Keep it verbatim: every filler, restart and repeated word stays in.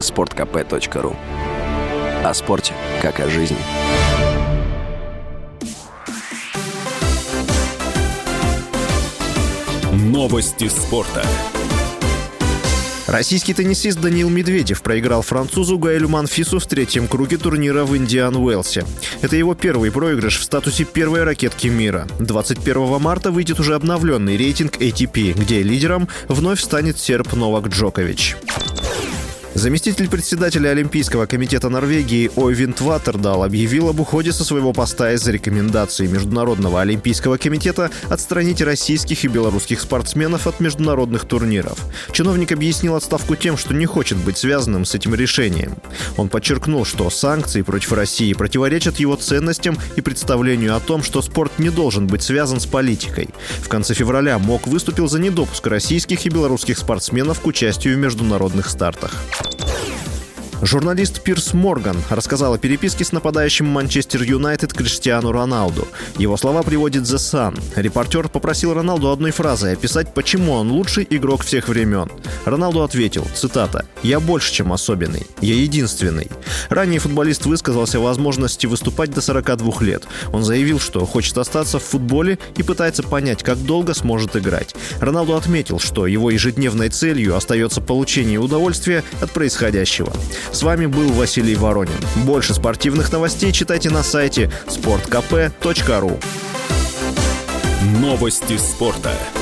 спорт ка пэ точка ру. О спорте, как о жизни. Новости спорта. Российский теннисист Даниил Медведев проиграл французу Гаэлю Монфису в третьем круге турнира в Индиан Уэлсе. Это его первый проигрыш в статусе первой ракетки мира. двадцать первого марта выйдет уже обновленный рейтинг эй ти пи, где лидером вновь станет серб Новак Джокович. Заместитель председателя Олимпийского комитета Норвегии Ойвинд Ваттердал объявил об уходе со своего поста из-за рекомендаций Международного олимпийского комитета отстранить российских и белорусских спортсменов от международных турниров. Чиновник объяснил отставку тем, что не хочет быть связанным с этим решением. Он подчеркнул, что санкции против России противоречат его ценностям и представлению о том, что спорт не должен быть связан с политикой. В конце февраля МОК выступил за недопуск российских и белорусских спортсменов к участию в международных стартах. Журналист Пирс Морган рассказал о переписке с нападающим Манчестер Юнайтед Криштиану Роналду. Его слова приводит The Sun. Репортер попросил Роналду одной фразой описать, почему он лучший игрок всех времен. Роналду ответил, цитата, «Я больше, чем особенный. Я единственный». Ранее футболист высказался о возможности выступать до сорока двух лет. Он заявил, что хочет остаться в футболе и пытается понять, как долго сможет играть. Роналду отметил, что его ежедневной целью остается получение удовольствия от происходящего. С вами был Василий Воронин. Больше спортивных новостей читайте на сайте спорт ка пэ точка ру. Новости спорта.